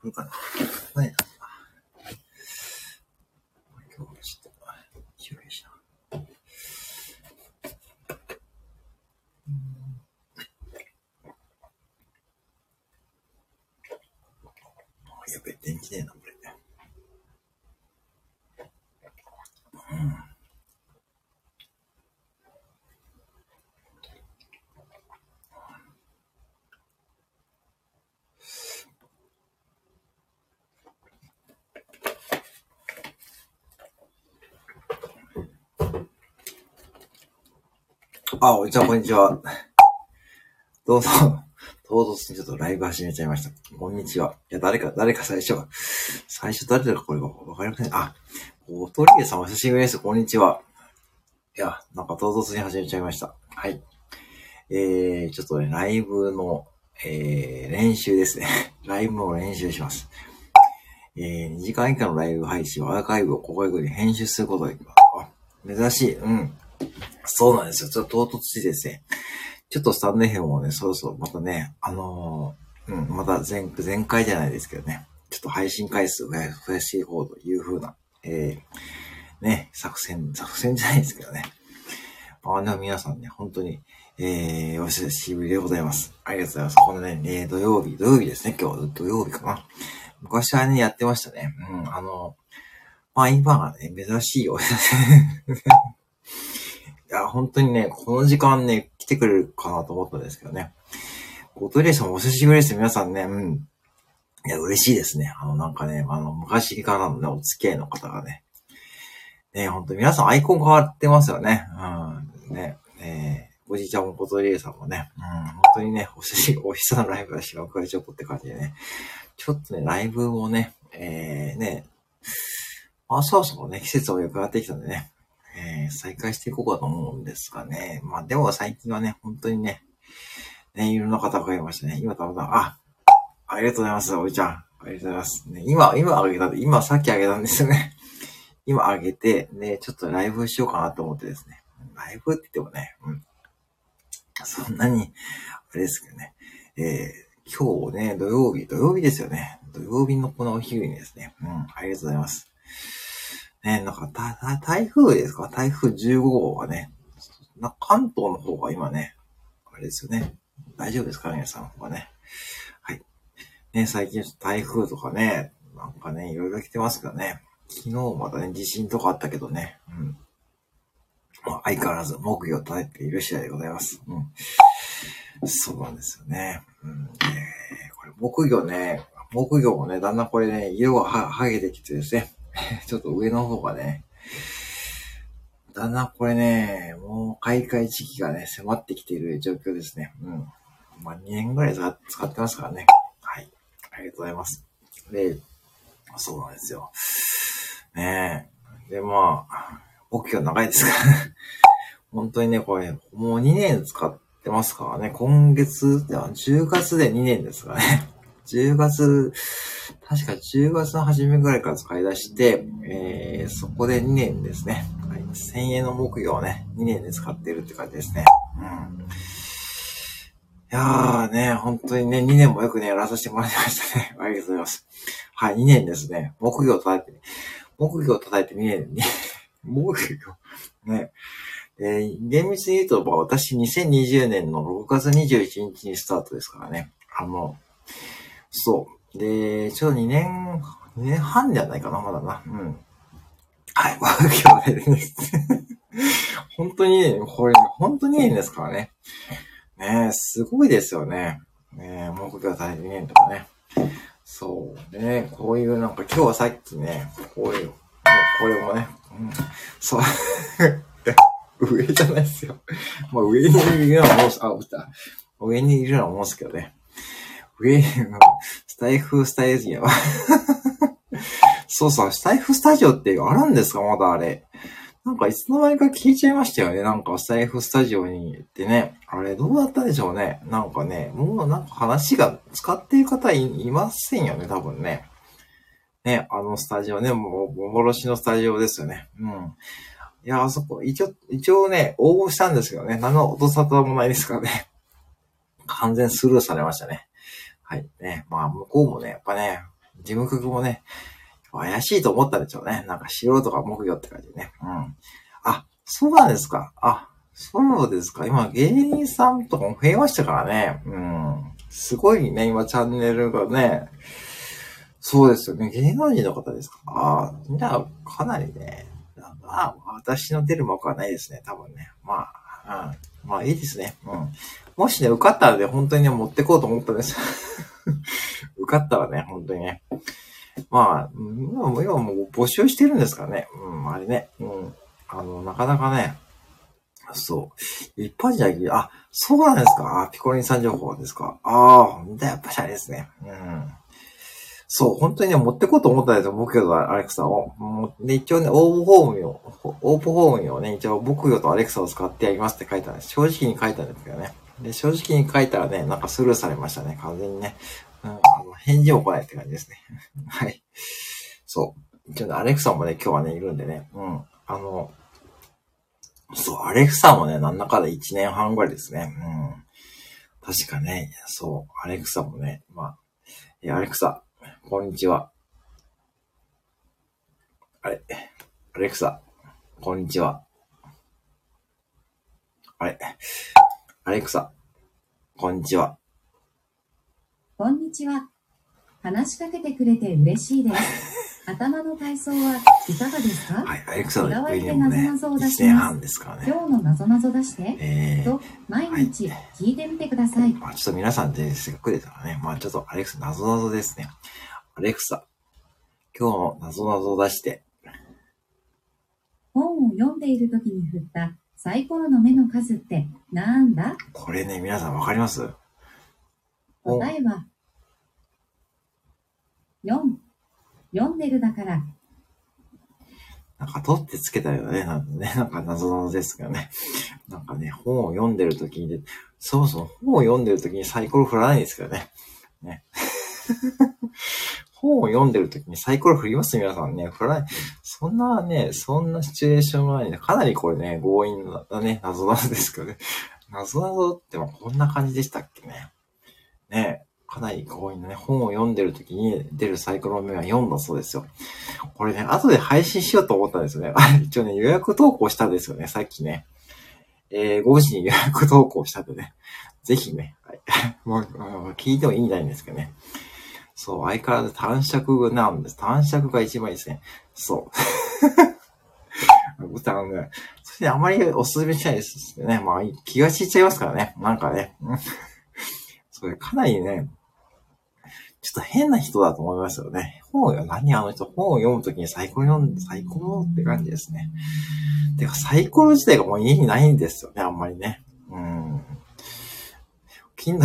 るかな。ないな。今日ちょっと、注意しな。やべ、電気ねえな、これ。あ、おじちゃん、こんにちは。どうぞ、唐突にちょっとライブ始めちゃいました。こんにちは。いや、誰か最初誰だかこれわかりません。あ、おとりえさんお久しぶりです。こんにちは。いや、なんか唐突に始めちゃいました。はい。ちょっとね、ライブの、練習ですね。ライブの練習します。2時間以下のライブ配信はアーカイブをここに編集することができます。珍しい。うん。そうなんですよ。ちょっと唐突しいですね。ちょっとスタンドFMもね、そろそろまたね、また前回じゃないですけどね、ちょっと配信回数を増やしていこうという風な、ね、作戦じゃないですけどね。まあでも皆さんね、本当に、お久しぶりでございます。ありがとうございます。このね、土曜日ですね、今日土曜日かな。昔はね、やってましたね。まあ今はね、珍しいよ。いや、本当にね、この時間ね、来てくれるかなと思ったんですけどね。おトイレさんお久しぶりです。皆さんね、いや、嬉しいですね。なんかね、昔からのね、お付き合いの方がね。ね、本当に皆さんアイコン変わってますよね。おじいちゃんもおトイレさんもね、本当にね、お久々のライブだし、ワクワクチョコって感じでね。ちょっとね、ライブもね、そろそろね、季節も良くなってきたんでね。再開していこうかと思うんですがね。まあでも最近はね、本当にね、いろんな方がいましたね。今たまたま、ありがとうございます、おじちゃん。ありがとうございます。ね、今さっきあげたんですよね。今あげて、ね、ちょっとライブしようかなと思ってですね。ライブって言ってもね、そんなに、あれですけどね。今日ね、土曜日ですよね。土曜日のこのお昼にですね。ありがとうございます。ね、なんか、台風ですか？台風15号がね、関東の方が今ね、あれですよね。大丈夫ですか皆さんはね。はい。ね、最近台風とかね、なんかね、いろいろ来てますけどね。昨日またね、地震とかあったけどね。まあ、相変わらず木魚を叩いている次第でございます。そうなんですよね。これ木魚もね、だんだんこれね、色が剥げてきてですね。ちょっと上の方がね、だんだんこれね、もう買い替え時期がね、迫ってきている状況ですね。まあ2年ぐらい使ってますからね。はい。ありがとうございます。で、そうなんですよ。ねえ。で、まあ、木魚長いですからね。本当にね、これ、もう2年使ってますからね。今月では10月で2年ですからね。確か10月の初めぐらいから使い出して、そこで2年ですね。はい、1000円の木魚をね、2年で使っているって感じですね。いやーね、本当にね、2年もよくね、やらさせてもらいましたね。ありがとうございます。はい、2年ですね。木魚を叩いて2年に、木魚、ね。厳密に言うと、私2020年の6月21日にスタートですからね。そう。で、ちょうど2年半じゃないかな、まだな。はい、木魚で本当にね、これ、本当に2年ですからね。ねえ、すごいですよね。ねえ、木魚大変とかね。そうね、こういうなんか今日はさっきね、これもね、そう、上じゃないですよ。まあ上にいるのは上にいるのは思うんですけどね。スタイフスタジオ。そうそう、スタイフスタジオってあるんですかまだあれ。なんかいつの間にか聞いちゃいましたよね。なんかスタイフスタジオに行ってね。あれどうだったでしょうね。なんかね、もうなんか話が使っている方いませんよね、多分ね。ね、スタジオね、もう幻のスタジオですよね。いや、あそこ、一応ね、応募したんですけどね、何の音沙汰もないですからね。完全スルーされましたね。はい。ね、まあ、向こうもね、やっぱね、 事務局もね、怪しいと思ったでしょうね。なんか素人が木魚って感じでね。うん。あ、そうなんですか。あ、そうですか。今芸人さんとかも増えましたからね。うん。すごいね、今チャンネルがね。そうですよね。芸能人の方ですか。ああ、じゃあ、かなりね。私の出る幕はないですね。多分ね。まあ、うん。まあいいですね。うん。もしね、受かったらね、本当にね、持ってこうと思ったんです。受かったらね、本当にね。まあ、今もう募集してるんですからね。うん、あれね。うん。なかなかね、そう。一般じゃ、そうなんですか。ピコリンさん情報ですか。やっぱしあれですね。うん。そう、本当にね、持ってこうと思ったんですよ。僕とアレクサを。で、一応ね、応募フォームにをね、一応僕とアレクサを使ってやりますって書いたんです。正直に書いたんですけどね。で、正直に書いたらね、なんかスルーされましたね。完全にね。うん、返事を来ないって感じですね。はい。そう。一応ね、アレクサもね、今日はね、いるんでね。うん。そう、アレクサもね、なんだかで1年半ぐらいですね。うん。確かね、そう、アレクサもね、アレクサ、こんにちは。あれ、アレクサ、こんにちは。あれ、アレクサ、こんにちは。 こんにちは。話しかけてくれて嬉しいです。頭の体操はいかがですか？ はい、アレクサのこだわってもね、 謎々を出 1年します。 半ですからね。 今日の謎々出して、と毎はい。 日聞いてみてください。 ちょっと皆さんでせっかくですからね。ちょっとアレクサ、謎々ですね。アレクサ、今日の謎々を出して。 本を読んでいる時に振ったサイコロの目の数ってなんだ？ これね、皆さんわかります？ 答えは4。読んでるだから。 なんか取ってつけたよね。なんか謎々ですがね。なんかね、本を読んでる時に、そもそも本を読んでる時にサイコロ振らないんですけどね。ね。本を読んでる時にサイコロ振ります皆さんね。振らない。そんなシチュエーションはないね。かなりこれね、強引なね、謎々ですけどね。謎々ってこんな感じでしたっけね。ね。かなり強引なね、本を読んでる時に出るサイコロ目は4だそうですよ。これね、後で配信しようと思ったんですよね。一応ね、予約投稿したんですよね、さっきね。5時に予約投稿したんでね。ぜひね、はい、もう聞いてもいいんじゃないんですけどね。そう、相変わらず短尺なんです。短尺が一番いいですね。そう。僕ね、そしてあまりおすすめしないですね。気が散っちゃいますからね。なんかね。それかなりね、ちょっと変な人だと思いますよね。何あの人、本を読むときにサイコロって感じですね。てか、サイコロ自体がもう家にないんですよね、あんまりね。Kindle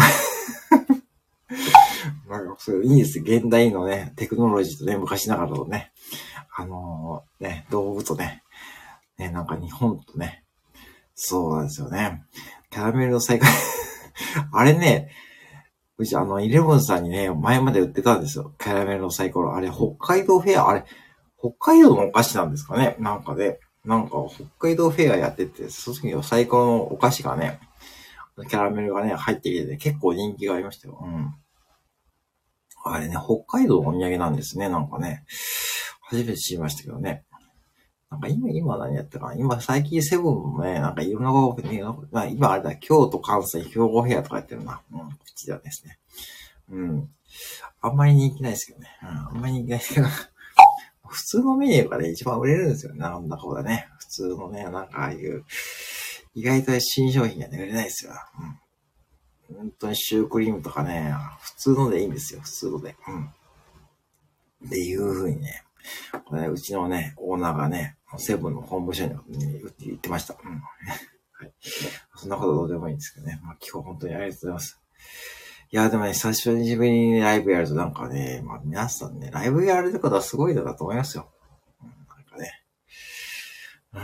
それいいです。現代のね、テクノロジーとね、昔ながらのね、道具とね、なんか日本とね、そうなんですよね。キャラメルの再開あれね、うちイレブンさんにね、前まで売ってたんですよ。キャラメルのサイコロ。あれ、北海道フェア、あれ、北海道のお菓子なんですかねなんかで、北海道フェアやってて、その時のサイコロのお菓子がね、キャラメルがね、入ってきてて、結構人気がありましたよ。うん。あれね、北海道のお土産なんですね、なんかね。初めて知りましたけどね。なんか今何やったかな今最近セブンもね、なんかいろんなことね、今あれだ、京都、関西、兵庫フェアとかやってるな。うん、こっちではですね。うん。あんまり人気ないですけどね。うん、あんまり人気ないですけど。普通のメニューがね、一番売れるんですよね。なんだこうだね。普通のね、なんかああいう、意外と新商品がね、売れないですよ。うん。本当にシュークリームとかね、普通のでいいんですよ。普通ので。うん。っていう風にね、これうちのね、オーナーがね、セブンの本部署に、言ってました。うん。はい。そんなことどうでもいいんですけどね。今日本当にありがとうございます。いや、でもね、最初に自分に、ね、ライブやるとなんかね、皆さんね、ライブやれる方はすごいだなと思いますよ。なんかね。うん。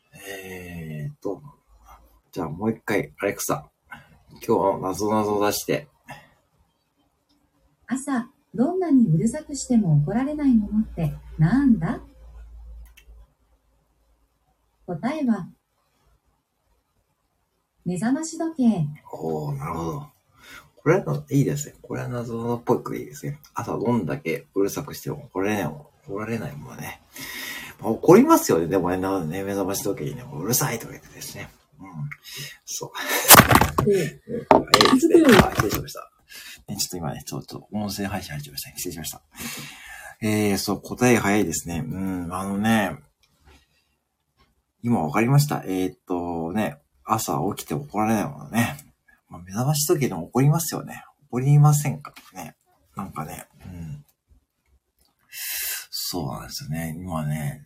じゃあもう一回、アレクサ。今日の謎々出して。 朝、どんなにうるさくしても怒られないものってなんだ？答えは、目覚まし時計。 なるほど。 これはいいですね。これは謎っぽくいいですね。朝どんだけうるさくしても怒られないもんね。まあ、怒りますよね。でもね、目覚まし時計にね、うるさいとか言ってですね。うん。そう。いいですね。失礼しました。ちょっと今ね、ちょっと音声配信入っちゃいましたね。失礼しました。そう、答え早いですね。今わかりました。朝起きて怒られないものね。まあ、目覚まし時計でも怒りますよね。怒りませんかね。なんかね、そうなんですよね。今ね、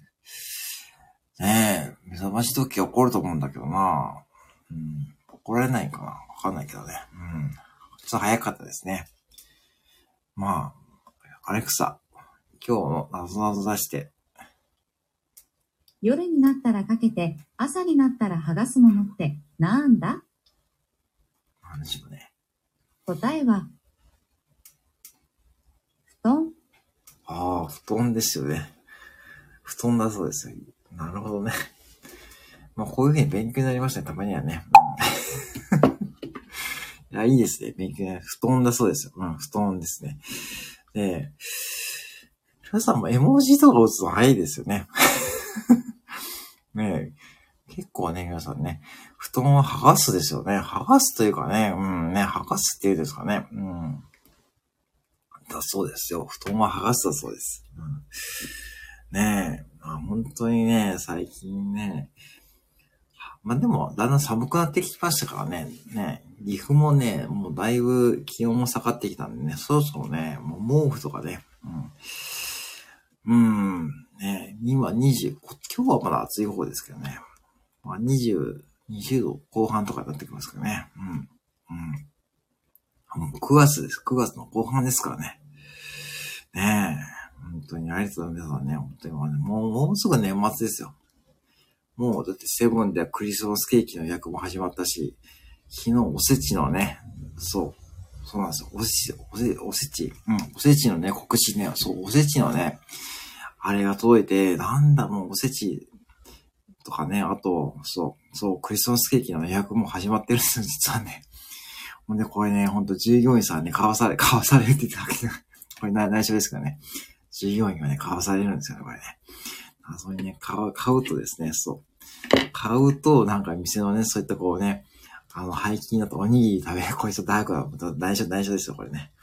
目覚まし時計怒ると思うんだけどな。怒られないかなわかんないけどね。ちょっと早かったですね。まあ、アレクサ、今日の謎々出して。 夜になったらかけて、朝になったら剥がすものってなんだ？ なんでしょうね。 答えは、布団。 ああ、布団ですよね。布団だそうですよ。なるほどね。まあ、こういうふうに勉強になりましたね、たまにはね。いや、いいですね、勉強になる。布団だそうですよ。布団ですね。で、皆さんも絵文字とか打つの早いですよね。ねえ、結構ね、皆さんね、布団を剥がすですよね。剥がすというかね、剥がすっていうんですかね。だそうですよ。布団は剥がすだそうです。ねえ、本当にね、最近ね、まあでも、だんだん寒くなってきましたからね。岐阜もね、もうだいぶ気温も下がってきたんでね、そろそろね、もう毛布とかね、今20、今日はまだ暑い方ですけどね。まあ20度後半とかになってきますからね。もう9月です。9月の後半ですからね。ねえ。本当にありがとうございます。皆さんね、本当にもうすぐ年末ですよ。もうだってセブンではクリスマスケーキの予約も始まったし、昨日おせちのね、そうなんですよ。おせちのね、告知ね、おせちのね、あれが届いて、もうおせちとかね、あと、クリスマスケーキの予約も始まってるんですよ、実はね。ほんで、これね、ほんと従業員さんに買わされるって言ってたわけど、これ内緒ですからね。従業員がね、買わされるんですよね、これね。そういうね、買うとですね、買うと、なんか店のね、そういったこうね、廃棄だとおにぎり食べる、こいつ大学だ、内緒ですよ、これね。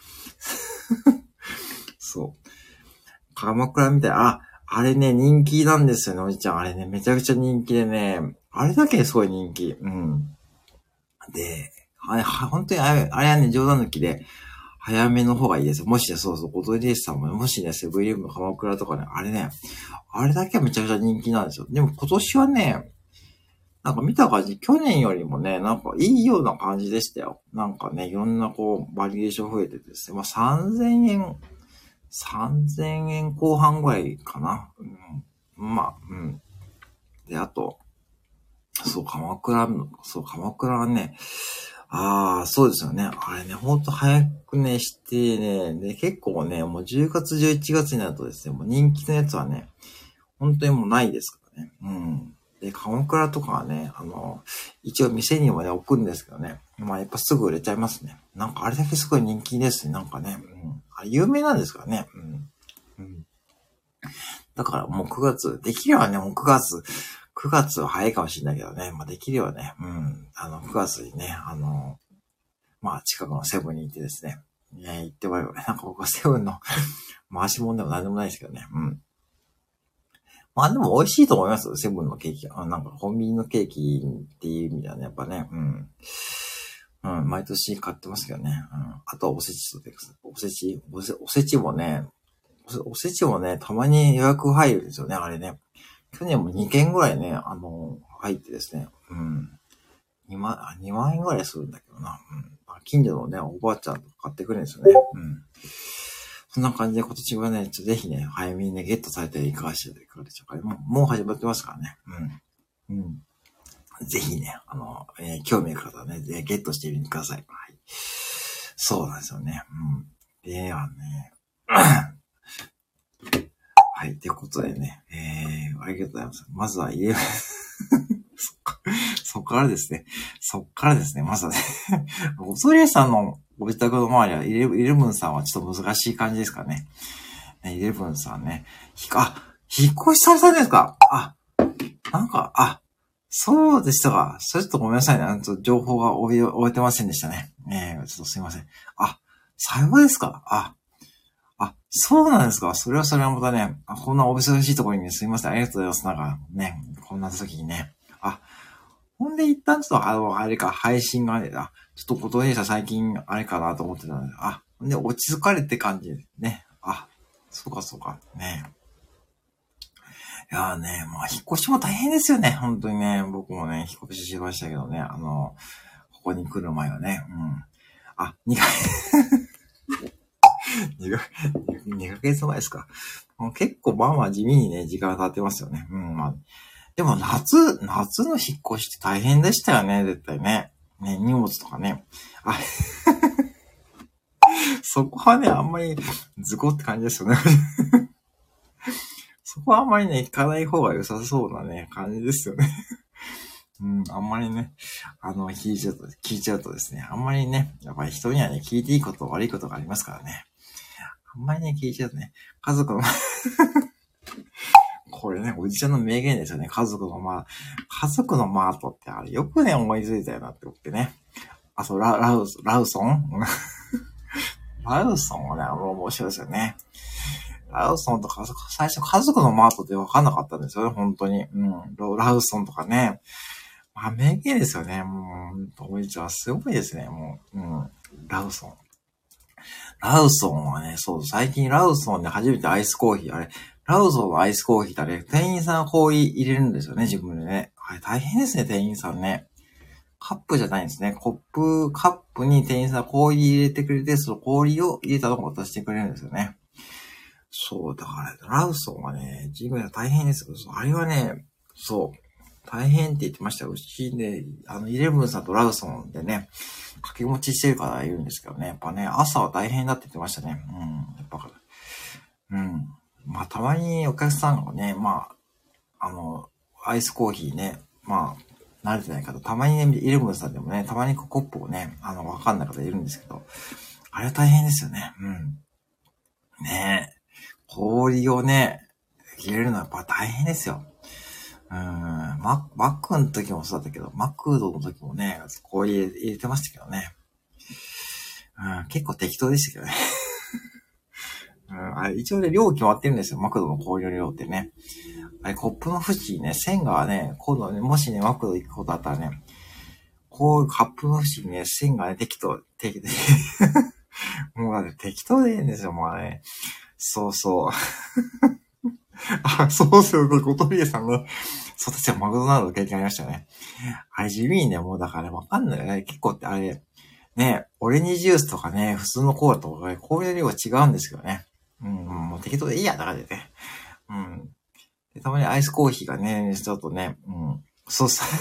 そう。鎌倉みたい、あれね、人気なんですよね、おじちゃん。あれね、めちゃくちゃ人気でね、あれだけすごい人気。で、本当にあれはね、冗談抜きで、早めの方がいいですよ。もしね、ごトイレさんもね、もしね、セブンイレブンの鎌倉とかね、あれだけはめちゃくちゃ人気なんですよ。でも今年はね、なんか見た感じ、去年よりもね、なんかいいような感じでしたよ。なんかね、いろんなこう、バリエーション増えててですね、まあ3000円後半ぐらいかな。で、あと、鎌倉はね、そうですよね。あれね、ほんと早くね、してね、で、結構ね、もう10月、11月になるとですね、もう人気のやつはね、本当にもうないですからね。で、鎌倉とかはね、一応店にもね、置くんですけどね。まあ、やっぱすぐ売れちゃいますね。なんかあれだけすごい人気ですね。なんかね。あれ有名なんですからね。だからもう9月、できればね、もう9月は早いかもしれないけどね。まあ、できればね、9月にね、まあ、近くのセブンに行ってですね。行ってもらえばね。なんか僕はセブンの回し物でも何でもないですけどね。まあでも美味しいと思いますよ、セブンのケーキ。なんかコンビニのケーキっていう意味ではね、やっぱね、毎年買ってますけどね。あとはおせちとで、おせちもね、たまに予約入るんですよね、あれね。去年も2件ぐらいね、入ってですね、2万円ぐらいするんだけどな。近所のね、おばあちゃんと買ってくれるんですよね。そんな感じで今年はね、ぜひね、早めにね、ゲットされていかがでしょうか。もう始まってますからね。ぜひね、興味ある方はね、ゲットしてみてください。はい。そうなんですよね。ではね、はい、ということでね、ありがとうございます。まずはそっからですね。まずはね、おそれさんのご自宅の周りはイレブンさんはちょっと難しい感じですかね。ね、イレブンさんね。引っ越しされたんですか？そうでしたか。それちょっとごめんなさいね。情報が終えてませんでしたね。ちょっとすいません。さようですか。そうなんですか。それはまたね、こんなお忙しいところにね、すいません。ありがとうございます。なんかね、こんな時にね。ほんで一旦ちょっとあれか、配信がね、ちょっとことでした最近あれかなと思ってたので、ほんで落ち着かれて感じね。そうか、ね。いやーね、まあ、引っ越しも大変ですよね。本当にね、僕もね、引っ越ししましたけどね、ここに来る前はね、2ヶ2ヶ月前ですか。結構まあまあ地味にね、時間が経ってますよね。でも夏の引っ越しって大変でしたよね、絶対ね。ね、荷物とかね。そこはね、あんまりズコって感じですよね。そこはあんまりね、行かない方が良さそうなね、感じですよね。あんまりね、聞いちゃうとですね、あんまりね、やっぱり人にはね、聞いていいこと悪いことがありますからね。あんまりね、聞いちゃうとね、家族の、これね、おじちゃんの名言ですよね。家族のマートってあれ、よくね、思いついたよなって思ってね。ラウソンラウソンはね、面白いですよね。ラウソンとか、最初家族のマートって分かんなかったんですよね、本当に。ラウソンとかね。名言ですよね。もう、おじちゃんすごいですね、もう。ラウソン。ラウソンはね、そう、最近ラウソンで初めてアイスコーヒー、ラウソンのアイスコーヒーって店員さんコーヒー入れるんですよね、自分でね。大変ですね、店員さんね。カップじゃないんですね。カップに店員さん氷入れてくれて、その氷を入れたのを渡してくれるんですよね。そう、だから、ラウソンはね、自分で大変ですよ。あれはね、そう、大変って言ってましたよ。うちね、イレブンさんとラウソンでね、掛け持ちしてる方いるんですけどね、やっぱね、朝は大変だって言ってましたね。やっぱ、まあ、たまにお客さんがね、アイスコーヒーね、慣れてない方、たまにね、イレブンさんでもね、たまにコップをね、わかんない方いるんですけど、あれは大変ですよね。ねえ。氷をね、入れるのはやっぱ大変ですよ。マックの時もそうだったけど、マクドの時もね、氷入れてましたけどね。結構適当でしたけどね。一応ね、量決まってるんですよ。マクドの氷の量ってね。コップの縁にね、線がね、今度ね、もしね、マクド行くことあったらね、こう、カップの縁にね、線がね、もうだって適当でいいんですよ、もうね。そうそう。そうそう、小鳥さんね。そうですよ、マクドナルド経験ありましたよね。あれ地味にね、もうだからわかんないよね。結構ってあれ、ね、オレンジジュースとかね、普通のコーラとかね、こういう量は違うんですけどね。もう適当でいいや、だからでね。でたまにアイスコーヒーがね、ちょっとね、そうそう。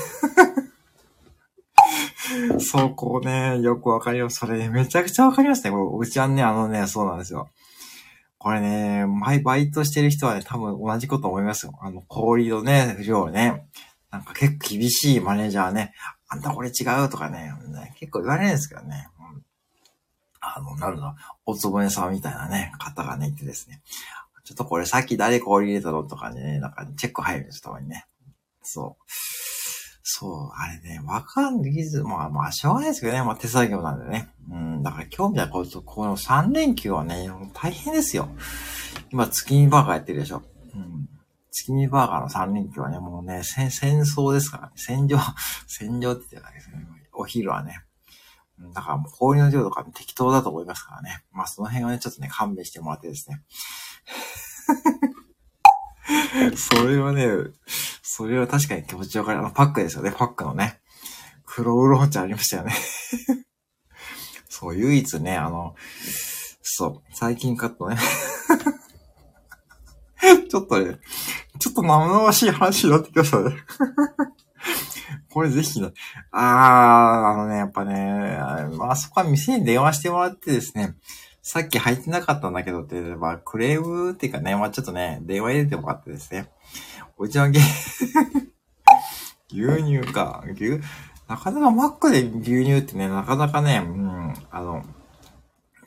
そうこうね、よくわかります。それめちゃくちゃわかりますね。うちはね、そうなんですよ。これね、バイトしてる人はね、多分同じこと思いますよ。氷のね、量ね。なんか結構厳しいマネージャーね。あんたこれ違うとかね、結構言われるんですけどね。おつぼねさんみたいなね、方がね、いてですね。ちょっとこれさっき誰氷入れたのとかね、なんかチェック入るんです、たまにね。そう、あれね、わかんない。まあ、しょうがないですけどね。手作業なんでね。だから今日みたいなこの3連休はね、大変ですよ。今、月見バーガーやってるでしょ。月見バーガーの3連休はね、もうね、戦争ですからね。戦場って言ってたんですね。お昼はね。だからもう氷の量とか適当だと思いますからね。その辺はね、ちょっとね、勘弁してもらってですね。それは確かに気持ちわかる。パックですよね、パックのね。黒ウーロン茶ありましたよね。そう、唯一ね、最近買ったね。ちょっと生々しい話になってきましたね。これぜひね、やっぱね、そこは店に電話してもらってですね、さっき入ってなかったんだけどって、クレームっていうかね、ちょっとね、電話入れてもらってですね、お茶牛乳か、なかなかマックで牛乳ってね、なかなかね、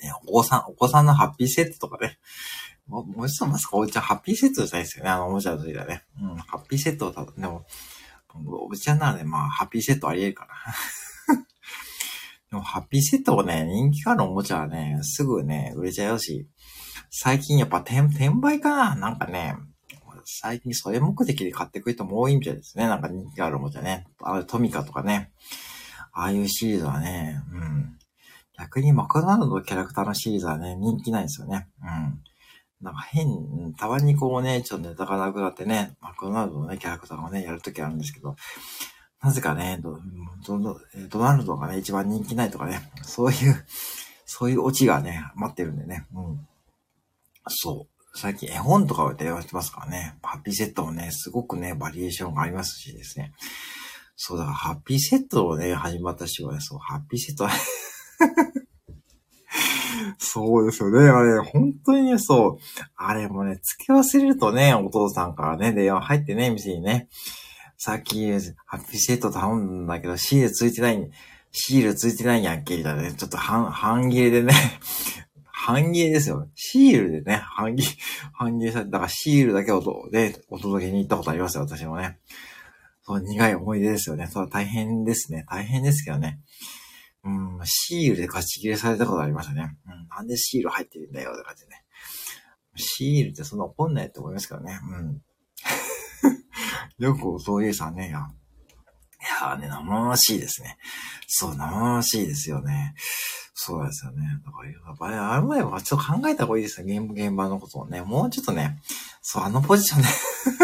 ね、お子さんのハッピーセットとかね。もうちょっとまさかおじちゃんハッピーセットじゃないですよね。おもちゃの時だね。ハッピーセットはでも、おじちゃんならね、まあ、ハッピーセットあり得るかな。でも、ハッピーセットもね、人気があるおもちゃはね、すぐね、売れちゃうし、最近やっぱ転売かななんかね、最近それ目的で買ってくる人も多いみたいですね。なんか人気があるおもちゃね。トミカとかね。ああいうシリーズはね、逆にマクドナルドのキャラクターのシリーズはね、人気ないんですよね。なんかたまにこうね、ちょっとネタがなくなってね、マクドナルドのね、キャラクターがね、やるときあるんですけど、なぜかね、ドナルドがね、一番人気ないとかね、そういうオチがね、待ってるんでね。そう。最近絵本とかを電話してますからね。ハッピーセットもね、すごくね、バリエーションがありますしですね。そう、だからハッピーセットをね、始まった人はね、そう、ハッピーセットはそうですよね。あれ、本当にね、そう。あれもね、付け忘れるとね、お父さんからね、電話入ってね、店にね。さっき、ハッピーセット頼んだけど、シールついてないやんけ、みたいなね。ちょっと半切れでね。半切れですよ。シールでね、半切れされて、だからシールだけお届けに行ったことありますよ、私もね。そう、苦い思い出ですよね。そう、大変ですね。大変ですけどね。シールで勝ち切れされたことありましたね。なんでシール入ってるんだよ、って感じでね。シールってそんな怒んないって思いますけどね。よくそういうさんね、いやーね、生々しいですね。そう、生々しいですよね。そうですよね。だから、やっぱり、あれ前はちょっと考えた方がいいですよ。現場のことをね。もうちょっとね、そう、ポジションね。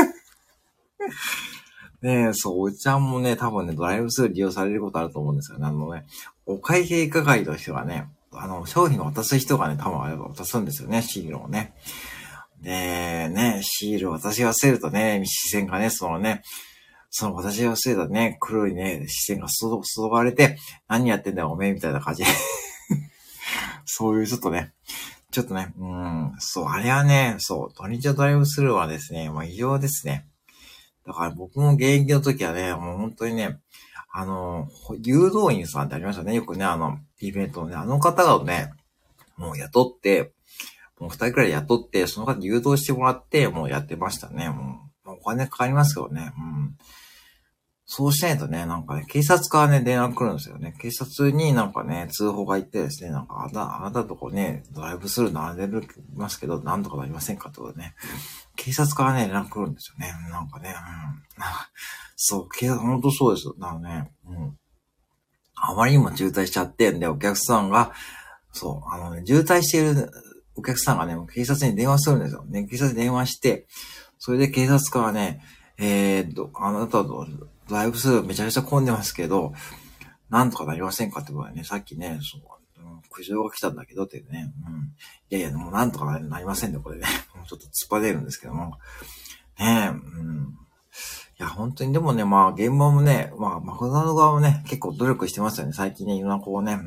ねえ、そう、おじちゃんもね、多分ね、ドライブスルー利用されることあると思うんですよね。お会計係の人がね、商品を渡す人がね、多分あれば渡すんですよね、シールをね。で、ね、シールを渡し忘れるとね、視線がね、その私が忘れたね、黒いね、視線が注がれて、何やってんだよ、おめえみたいな感じで。そういうちょっとね、そう、あれはね、そう、土日のドライブスルーはですね、異常ですね。だから僕も現役の時はね、もう本当にね、誘導員さんってありましたね。よくね、イベントのね、あの方がね、もうもう二人くらい雇って、その方誘導してもらって、もうやってましたね。もうお金かかりますけどね。そうしないとね、なんかね、警察からね、電話来るんですよね。警察になんかね、通報が行ってですね、なんか、あなたとこね、ドライブスルー並んでますけど、なんとかなりませんかってことでね。警察からね、連絡来るんですよね。なんかね、そう、警察、ほんとそうです。なんかね、あまりにも渋滞しちゃってんで、お客さんが、そう、渋滞しているお客さんがね、警察に電話するんですよ。ね、警察に電話して、それで警察からね、あなたとドライブスルーめちゃくちゃ混んでますけど、なんとかなりませんかってことでね、さっきね、苦情が来たんだけどってね、いやいや、もうなんとかなりませんね、これね。もうちょっと突っ張れるんですけども。ねいや、本当にでもね、現場もね、マクドナルド側もね、結構努力してますよね。最近ね、いろんなこうね、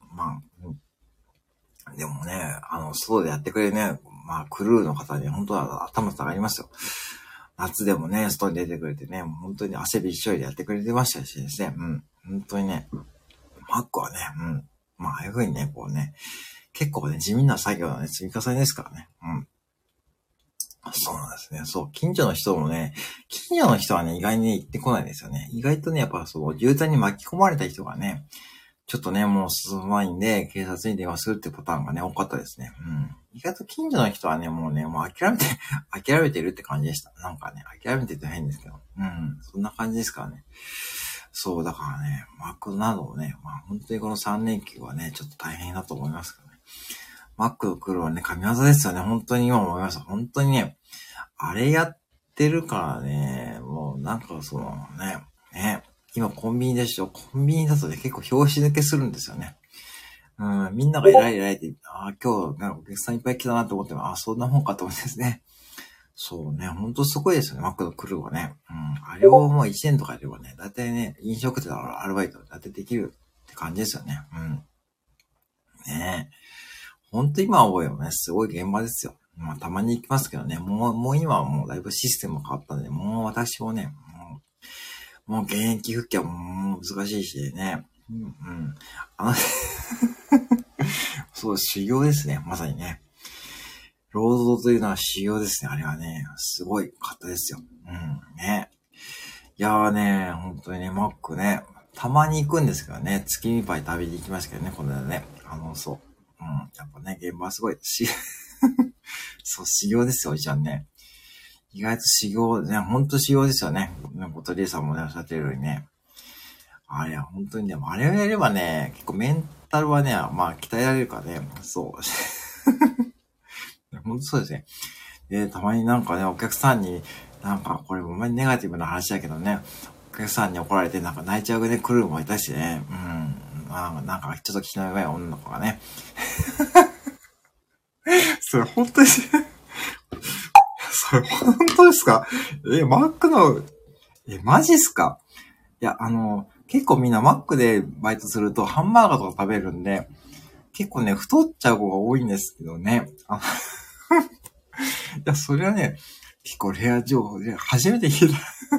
でもね、外でやってくれるね、クルーの方に本当は頭下がりますよ。夏でもね、外に出てくれてね、本当に汗びっしょりでやってくれてましたしですね、本当にね、マックはね、ああいう風にね、こうね、結構ね、地味な作業のね、積み重ねですからね、そうなんですね。そう、近所の人はね、意外にね、行ってこないですよね。意外とね、やっぱ渋滞に巻き込まれた人がね、ちょっとね、もう進まないんで、警察に電話するってパターンがね、多かったですね。意外と近所の人はね、もう諦めてるって感じでした。なんかね、諦めてて変ですけど。そんな感じですからね。そう、だからね、マクドナルドをね、本当にこの3連休はね、ちょっと大変だと思いますけどね。マックとクルーはね、神業ですよね。本当に今思いました。本当にね、あれやってるからね、もうなんか今コンビニでしょ。コンビニだとね、結構拍子抜けするんですよね。みんなが偉いって、今日、なんかお客さんいっぱい来たなと思っても、そんなもんかと思ってですね。そうね、ほんとすごいですよね、マックのクルーはね。あれをもう1年とかやればね、だいたいね、飲食店のアルバイトだいたいできるって感じですよね。ねえ。ほんと今思えばね、すごい現場ですよ。たまに行きますけどね、もう今はもうだいぶシステム変わったんで、もう私もね、もう現役復帰はもう難しいしね。 そう、修行ですね。まさにね。労働というのは修行ですね。あれはね、すごい方ですよ。ね。いやーね、本当にね、マックね、たまに行くんですけどね、月見パイ食べに行きましたけどね、この間ね。そう。やっぱね、現場はすごいそう、修行ですよ、おじちゃんね。意外と修行、ね、ほんと修行ですよね。小鳥さんもね、おっしゃってるようにね。あれは本当にね、あれをやればね、結構メンタルはね、まあ鍛えられるからね、そう。本当そうですね。たまになんかね、お客さんに、なんかこれほんまにネガティブな話だけどね、お客さんに怒られてなんか泣いちゃうね、来るもいたしね、なんかちょっと気の弱い女の子がね。それ本当に、それ本当ですか？マックの、マジっすか？いや、結構みんなマックでバイトするとハンバーガーとか食べるんで、結構ね、太っちゃう子が多いんですけどね。いや、それはね、結構レア情報で、初めて聞いた。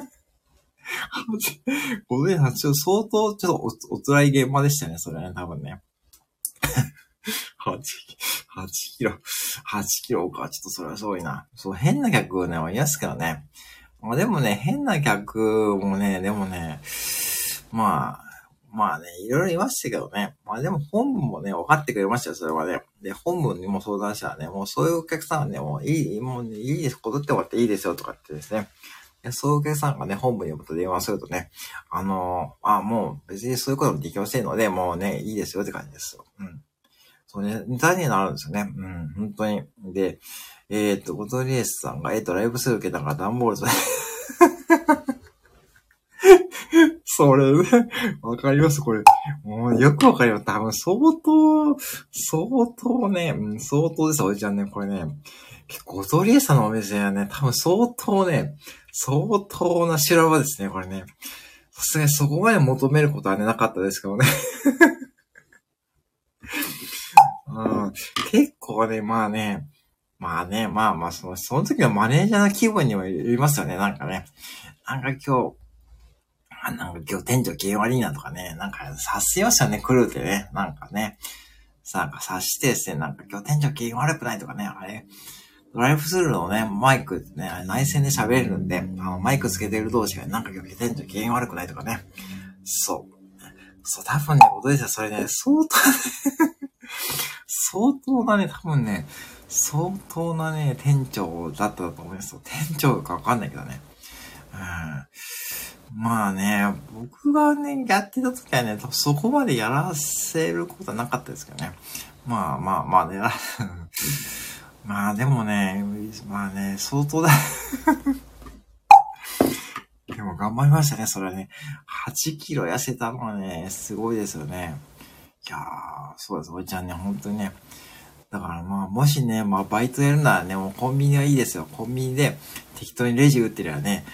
ごめんなさい、相当、ちょっとお辛い現場でしたね、それね、多分ね。8キロ、8キロか、ちょっとそれはすごいな。そう、変な客ね、いますけどね。まあでもね、変な客もね、でもね、まあね、いろいろいましたけどね。まあでも本部もね、分かってくれましたよ、それはね。で、本部にも相談したらね、もうそういうお客さんはね、もうもうね、いいです、戻ってもらっていいですよとかってですね。そういうお客さんがね、本部にまた電話するとね、もう別にそういうこともできませんので、もうね、いいですよって感じですよ。そうね、ネタになるんですよね。本当に。で、ボトリエスさんが、ライブするけどなんか段ボールと、それね、わかります、これ。もうよくわかります。多分相当ね、相当です、おじちゃんね、これね。結構、ボトリエスさんのお店はね、多分相当な修羅場ですね、これね。さすがにそこまで求めることはね、なかったですけどね。結構ね、まあ、その時のマネージャーの気分にもよりますよね、なんかね。なんか今日店長機嫌悪いなとかね、なんか察しましたよね、来るってね。なんかね。なんか察してですね、なんか今日店長機嫌悪くないとかね、あれ、ドライブスルーのね、マイクね、内線で喋れるんで、マイクつけてる同士がなんか今日店長機嫌悪くないとかね。そう、多分ね、ことですよ、それね、相当なね、多分ね、相当なね、店長だったと思いますよ。店長かわかんないけどね。まあね、僕がね、やってた時はね、そこまでやらせることはなかったですけどね。まあね、まあでもね、相当だ。でも頑張りましたね、それはね。8キロ痩せたのはね、すごいですよね。いやー、そうです、おじちゃんね、本当にね。だからまあ、もしね、バイトやるならね、もうコンビニはいいですよ。コンビニで適当にレジ打ってりゃね、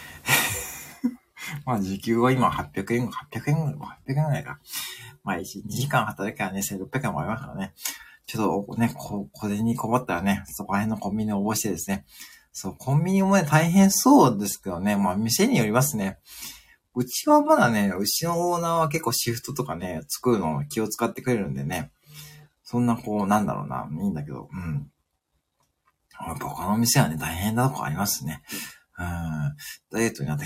時給は今800円ぐらいか。2時間働きゃね、1600円もありますからね。ちょっとね、小銭に困ったらね、そこら辺のコンビニを応募してですね。そう、コンビニもね、大変そうですけどね、店によりますね。うちはまだね、うちのオーナーは結構シフトとかね、作るのを気を使ってくれるんでね。そんななんだろうな、いいんだけど、他の店はね、大変なとこありますね。ダイエットになって。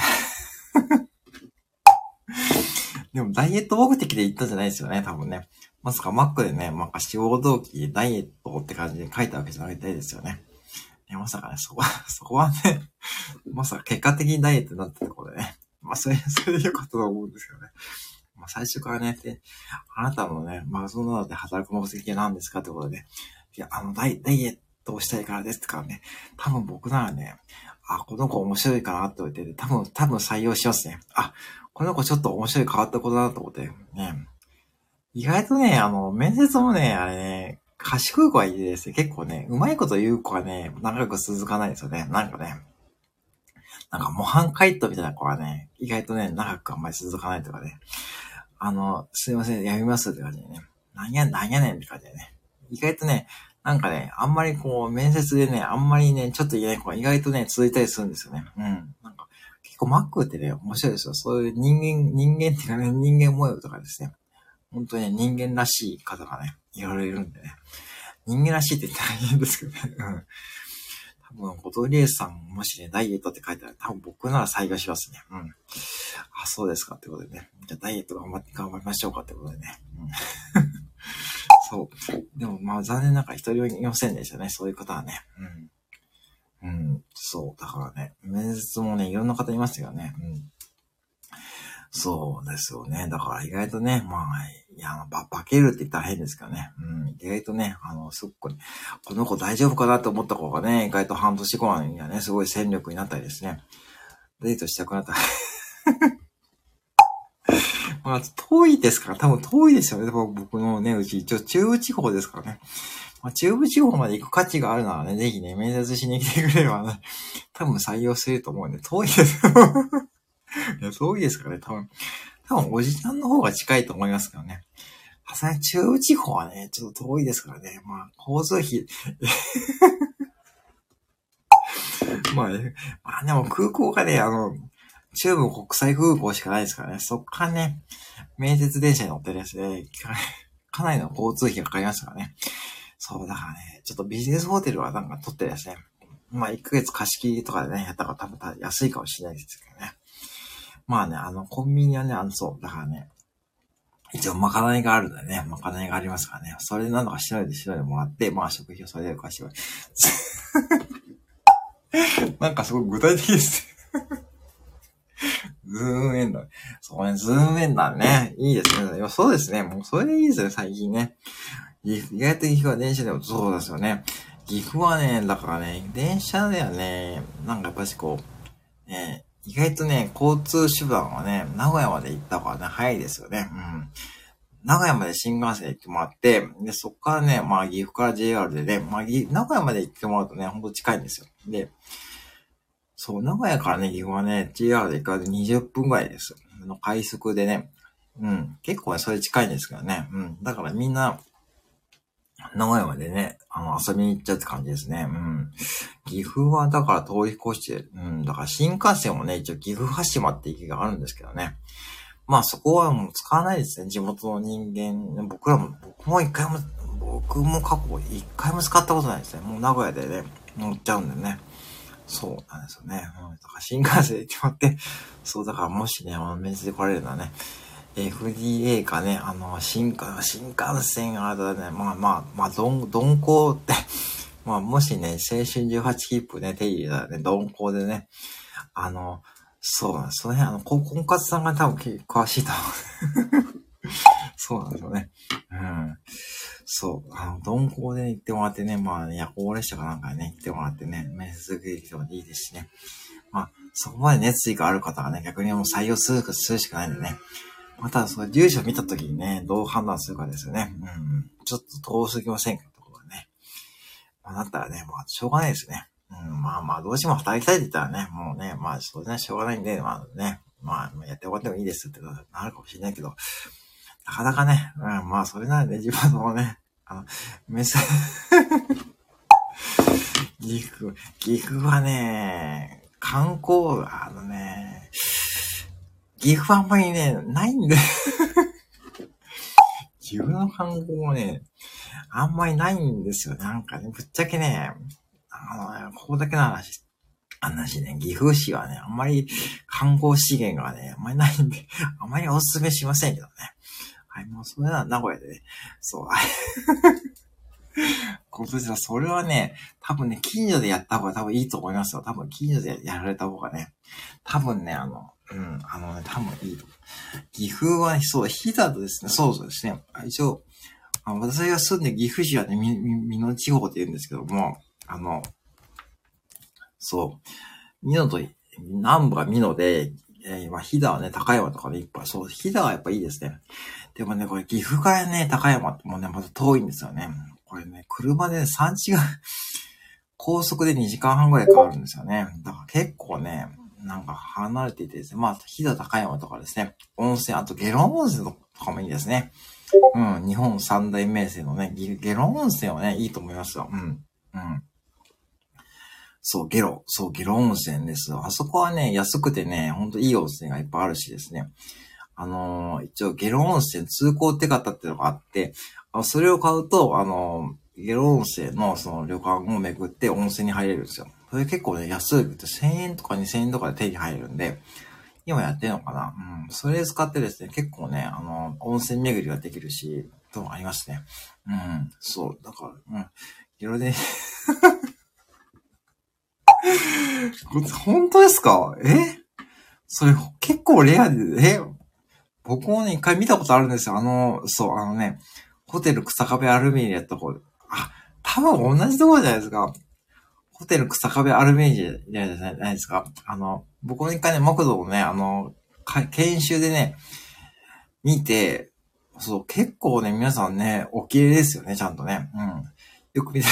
でもダイエット目的で行ったんじゃないですよね、多分ね。まさかマックでね、志望動機ダイエットって感じで書いたわけじゃないですよね。まさかね、そこはね、まさか結果的にダイエットになったところでね。それでよかったと思うんですよね。最初からね、あなたのね、その中で働く目的は何ですかってことでね。いや、ダイエットをしたいからですってからね。多分僕ならね、この子面白いかなって言ってて、多分採用しますね。この子ちょっと面白い変わった子だなと思って、ね。意外とね、面接もね、あれね、賢い子はいいですね。結構ね、うまいこと言う子はね、長く続かないですよね。なんかね、模範解答みたいな子はね、意外とね、長くあんまり続かないとかね。すいません、やめますって感じでね。なんやねんって感じでね。意外とね、なんかね、あんまり面接でね、あんまりね、ちょっと言えない子が意外とね、続いたりするんですよね。なんか、結構マックってね、面白いですよ。そういう人間っていうかね、人間模様とかですね。本当にね、人間らしい方がね、いろいろいるんでね。 人間らしいって大変ですけどね。うん。多分、ボトリエさん、もしね、ダイエットって書いてあるら、多分僕なら採用しますね。うん。あ、そうですかってことでね。じゃあ、ダイエット頑張りましょうかってことでね。うん。そう。でも、まあ、残念ながら一人もいませんでしたね。そういう方はね。うん。うん。そう。だからね、面接もね、いろんな方いますよね。うん。そうですよね。だから意外とね、まあ、いや、化けるって言ったら変ですけどね。うん。意外とね、すっごい、この子大丈夫かなと思った子がね、意外と半年後にはね、すごい戦力になったりですね。デートしたくなった。まあ、遠いですから、多分遠いですよね。僕のね、うち、一応中部地方ですからね。まあ、中部地方まで行く価値があるならね、ぜひね、面接しに来てくれればね、多分採用すると思うんで、遠いですよ。いや、遠いですからね、多分おじちゃんの方が近いと思いますけどね。さすがに中部地方はね、ちょっと遠いですからね。まあ、交通費、まあ、まあでも空港がね、中部国際空港しかないですからね。そっからね、面接電車に乗ってるやつで、かなりの交通費がかかりますからね。そう、だからね、ちょっとビジネスホテルはなんか取ってるやつね。まあ、1ヶ月貸し切りとかでね、やったから多分安いかもしれないですけどね。まあね、コンビニはね、そう、だからね、一応まかないがあるんだよね。まかないがありますからね。それでなんとかしのいでもらって、まあ食費をそれで貸してもらう。なんかすごい具体的です。ズーム面談。そうね、ズーム面談ね。いいですね。そうですね。もうそれでいいですよ、最近ね。意外と岐阜は電車でもそうですよね。岐阜はね、だからね、電車ではね、なんかやっぱしこう、ね、意外とね、交通手段はね、名古屋まで行った方がね、早いですよね。うん。名古屋まで新幹線行ってもらって、で、そっからね、まあ岐阜から JR でね、まあ名古屋まで行ってもらうとね、ほんと近いんですよ。で、そう、名古屋からね、岐阜はね、JR で行かず20分ぐらいです。快速でね、うん、結構ね、それ近いんですけどね、うん。だからみんな、名古屋までね、遊びに行っちゃうって感じですね。うん。岐阜はだから通り越して、うん、だから新幹線もね、一応岐阜羽島って駅があるんですけどね。まあそこはもう使わないですね。地元の人間、僕も過去一回も使ったことないですね。もう名古屋でね、乗っちゃうんでね。そうなんですよね。うん、だから新幹線で決まって、そうだからもしね、面接で来られるのはね、FDA かね、新幹線あるね、まあ、鈍行って、まあ、もしね、青春18切符ね、手入れたらね、鈍行でね、そうなんです。その辺、婚活さんが多分詳しいと思う。そうなんですよね。うん。そう。鈍行で行ってもらってね、まあ、夜行列車かなんかね、行ってもらってね、面接受けてきてもいいですしね。まあ、そこまで熱意がある方がね、逆にもう採用するしかないんでね。また、その住所見たときにね、どう判断するかですよね。うん。ちょっと遠すぎませんかってことはね。まあ、だったらね、まあ、しょうがないですね。うん、まあまあ、どうしても働きたいって言ったらね、もうね、まあ、それはしょうがないんで、まあね、まあ、やって終わってもいいですってなるかもしれないけど、なかなかね、うん、まあ、それならね、自分のね、メス、岐阜はね、観光、岐阜はあんまりね、ないんで、岐阜の観光もね、あんまりないんですよ。なんかね、ぶっちゃけね、ここだけの話ね、岐阜市はね、あんまり観光資源がね、あんまりないんで、あんまりお勧めしませんけどね。はい、もうそれなら名古屋でね、そう、今年はそれはね、多分ね、近所でやった方が多分いいと思いますよ。多分近所でやられた方がね、多分ね、多分いいと思う。岐阜はね、そう、飛騨とですね、そうですね、一応、私が住んで岐阜市はね、美濃地方って言うんですけども、そう、美濃と、南部が美濃で、まあ、飛騨はね、高山とかでいっぱい、そう、飛騨はやっぱいいですね。でもね、これ岐阜からね、高山ってもうね、また遠いんですよね。これね、車で3時間、高速で2時間半ぐらいかかるんですよね。だから結構ね、なんか離れていてですね、まあ、飛騨高山とかですね、温泉、あと下呂温泉とかもいいですね。うん、日本三大名泉のね、下呂温泉はね、いいと思いますよ。うん、うん。そう、下呂温泉ですよ。あそこはね、安くてね、ほんといい温泉がいっぱいあるしですね。一応、下呂温泉通行手形っていうのがあって、それを買うと、 ゲロ温泉のその旅館を巡って温泉に入れるんですよ。それ結構ね、安いって1000円とか2000円とかで手に入るんで、今やってるのかな。うん。それ使ってですね、結構ね、温泉巡りができるし、とありますね。うん。そう。だから、うん。ゲロで、本当ですか？それ結構レアで、僕もね、一回見たことあるんですよ。そう、ホテル草壁アルメニアってとこ、多分同じところじゃないですか。ホテル草壁アルメニアじゃないですか。僕も一回ね、木造をね、研修でね、見て、そう、結構ね、皆さんね、お綺麗ですよね、ちゃんとね。うん。よく見て、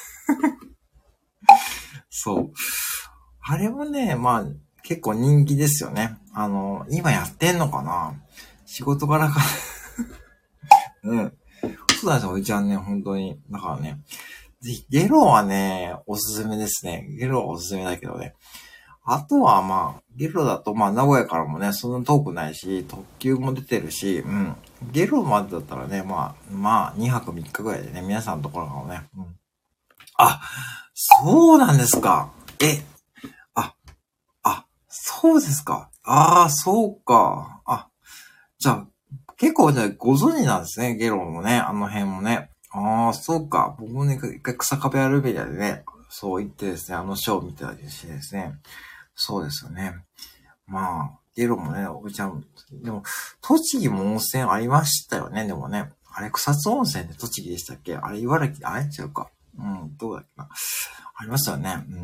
そう。あれもね、まあ、結構人気ですよね。今やってんのかな？仕事柄か。うん。そうなんですよ、おじちゃんね、本当に。だからね、ぜひ、ゲロはね、おすすめですね。ゲロはおすすめだけどね。あとはまあ、ゲロだとまあ、名古屋からもね、そんな遠くないし、特急も出てるし、うん。ゲロまでだったらね、まあ、2泊3日ぐらいでね、皆さんのところからね。うん。あ、そうなんですか。あ、そうですか。そうか。じゃあ、結構じゃあご存知なんですね、ゲロもね、あの辺もね。そうか。僕もね、一回草壁アルベリアでね、そう言ってですね、ショーを見てたりしてですね。そうですよね。まあ、ゲロもね、おじちゃん、でも、栃木も温泉ありましたよね、でもね。あれ、草津温泉って栃木でしたっけ？あれ、茨城、あれ違うか。うん、どうだっけな。ありましたよね。うん。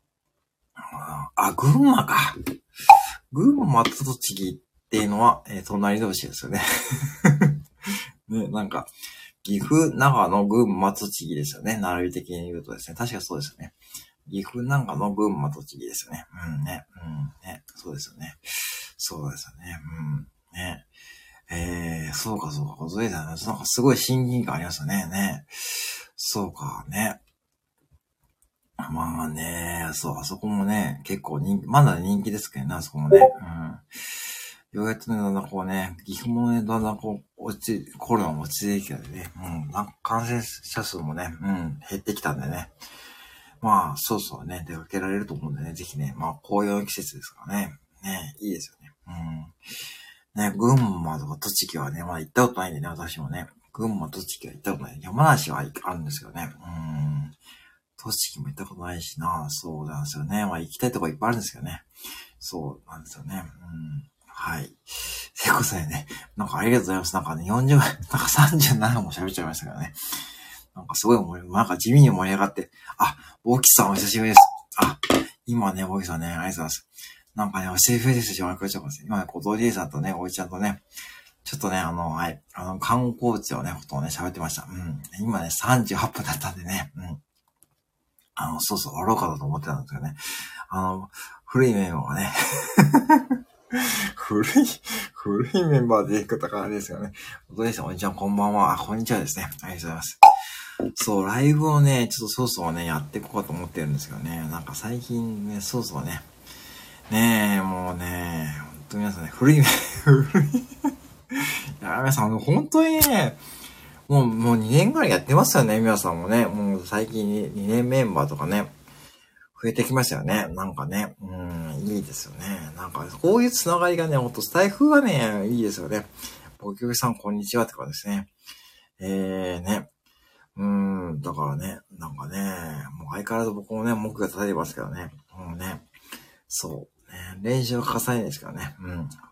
群馬か。群馬と栃木っていうのは、隣同士ですよね。ね、なんか、岐阜、長野、群馬、栃木ですよね。並び的に言うとですね。確かそうですよね。岐阜、長野、群馬、栃木ですよね。うんね。うん、ね。そうですよね。そうですよね。うん。ね。そうか、ご存知だな。なんかすごい親近感ありますよね。ね。そうか、ね。まあね、そう、あそこもね、結構まだ人気ですけどね、あそこもね。うん。ようやっとね、だんだんこうね、岐阜もね、だんだんこう、コロナも落ち着いてきたんでね、うん、なんか感染者数もね、うん、減ってきたんでね。まあ、そうそうね、出かけられると思うんでね、ぜひね、まあ、紅葉の季節ですからね。ね、いいですよね。うん。ね、群馬とか栃木はね、まだ行ったことないんでね、私もね。群馬、栃木は行ったことない。山梨はあるんですよね。栃木も行ったことないしな、そうなんですよね。まあ、行きたいとこいっぱいあるんですけどね。そうなんですよね。はい。ということでね、なんかありがとうございます。なんかね、なんか37も喋っちゃいましたからね。なんかすごいなんか地味に盛り上がって、大木さんお久しぶりです。今ね、大木さんね、ありがとうございます。なんかね、お久しぶりですし、お願いします。今ね、小鳥さんとね、おいちゃんとね、ちょっとね、はい、観光地をね、ことをね、喋ってました。今ね、38分だったんでね、そうそう、終わろうかと思ってたんですけどね。古いメンバーはね、古いメンバーで行くとかあれですよね。お父さん、おじちゃん、こんばんは。こんにちはですね。ありがとうございます。そう、ライブをね、ちょっとそろそろね、やっていこうかと思ってるんですけどね。なんか最近ね、そろそろね、もうね、ほんと皆さんね、古い、いや、皆さん、本当にね、もう2年ぐらいやってますよね、皆さんもね。もう最近2年メンバーとかね、増えてきましたよね。なんかね、いいですよね。なんか、こういうつながりがね、ほんとスタイフがね、いいですよね。ボキョキさん、こんにちはってかですね。ね。だからね、なんかね、もう相変わらず僕もね、文句が立ててますけどね。ね。そう。ね、練習は欠かさないですからね。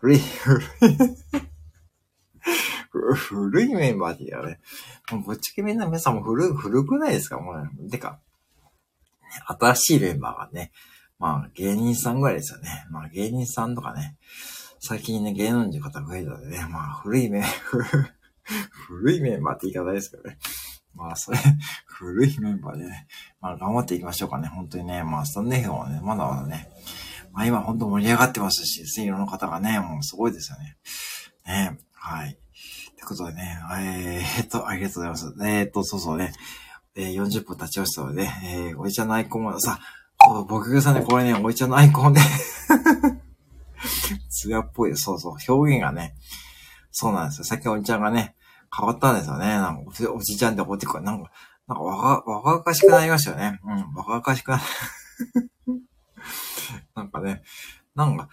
古いメンバーって言うよね。もうぶっちゃけみんな皆さんも古くないですか？もうね。てか、新しいメンバーがね、まあ芸人さんぐらいですよね。まあ芸人さんとかね、最近ね、芸能人の方が増えたのでね、まあ古いメンバーって言い方ですけどね。まあそれ、古いメンバーでね、まあ頑張っていきましょうかね。本当にね、まあスタンド FM はね、まだまだね、まあ今本当盛り上がってますし、いろんな方がね、もうすごいですよね。ね、はい。ということでね、ありがとうございます。そうそうね。40分経ちましたので、おいちゃんのアイコンはさ、僕がさね、これね、おいちゃんのアイコンでツヤっぽい。そうそう、表現がね、そうなんですよ。さっきおいちゃんがね、変わったんですよね。なんかおじちゃんってなんなんか若々しくなりましたよね。うん、若々しくな、なんかね、なんか、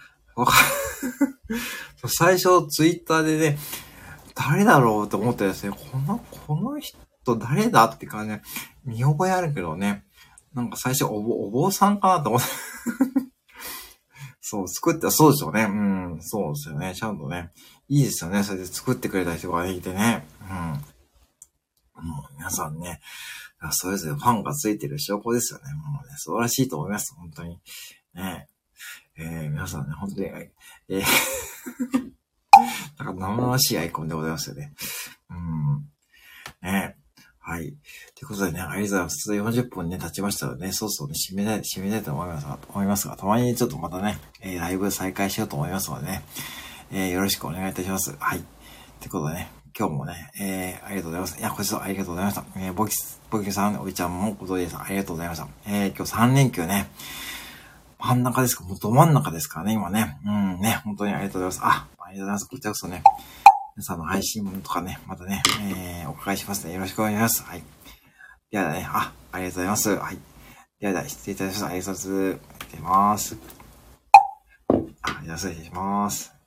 最初ツイッターでね、誰だろうと思ってですね、この人誰だって感じで、見覚えあるけどね、なんか最初お坊さんかなと思って、そう、作った、そうですよね。うん、そうですよね。ちゃんとね、いいですよね。それで作ってくれた人がいてね。うん。もう皆さんね、それぞれファンがついてる証拠ですよね。もうね、素晴らしいと思います。本当に。ね皆さんね、本当に、なんか生々しいアイコンでございますよね。うん。ねはい。ということでね、ありがとうございます。40分ね、経ちましたのでね、そうそうね、締めたいと思いますが、たまにちょっとまたね、ライブ再開しようと思いますのでね、よろしくお願いいたします。はい。ということでね、今日もね、ありがとうございます。いや、こちらありがとうございました。ボキさん、おいちゃんも、ことでさん、ありがとうございました。今日3連休ね、真ん中ですか、もうど真ん中ですからね、今ね。うんね、本当にありがとうございます。ありがとうございます。こちらこそね、皆さんの配信とかね、またね、お伺いしますね。よろしくお願いします。はい。ではね、ありがとうございます。はい。では、失礼いたします。ありがとうございます。失礼します。じゃあ、失礼します。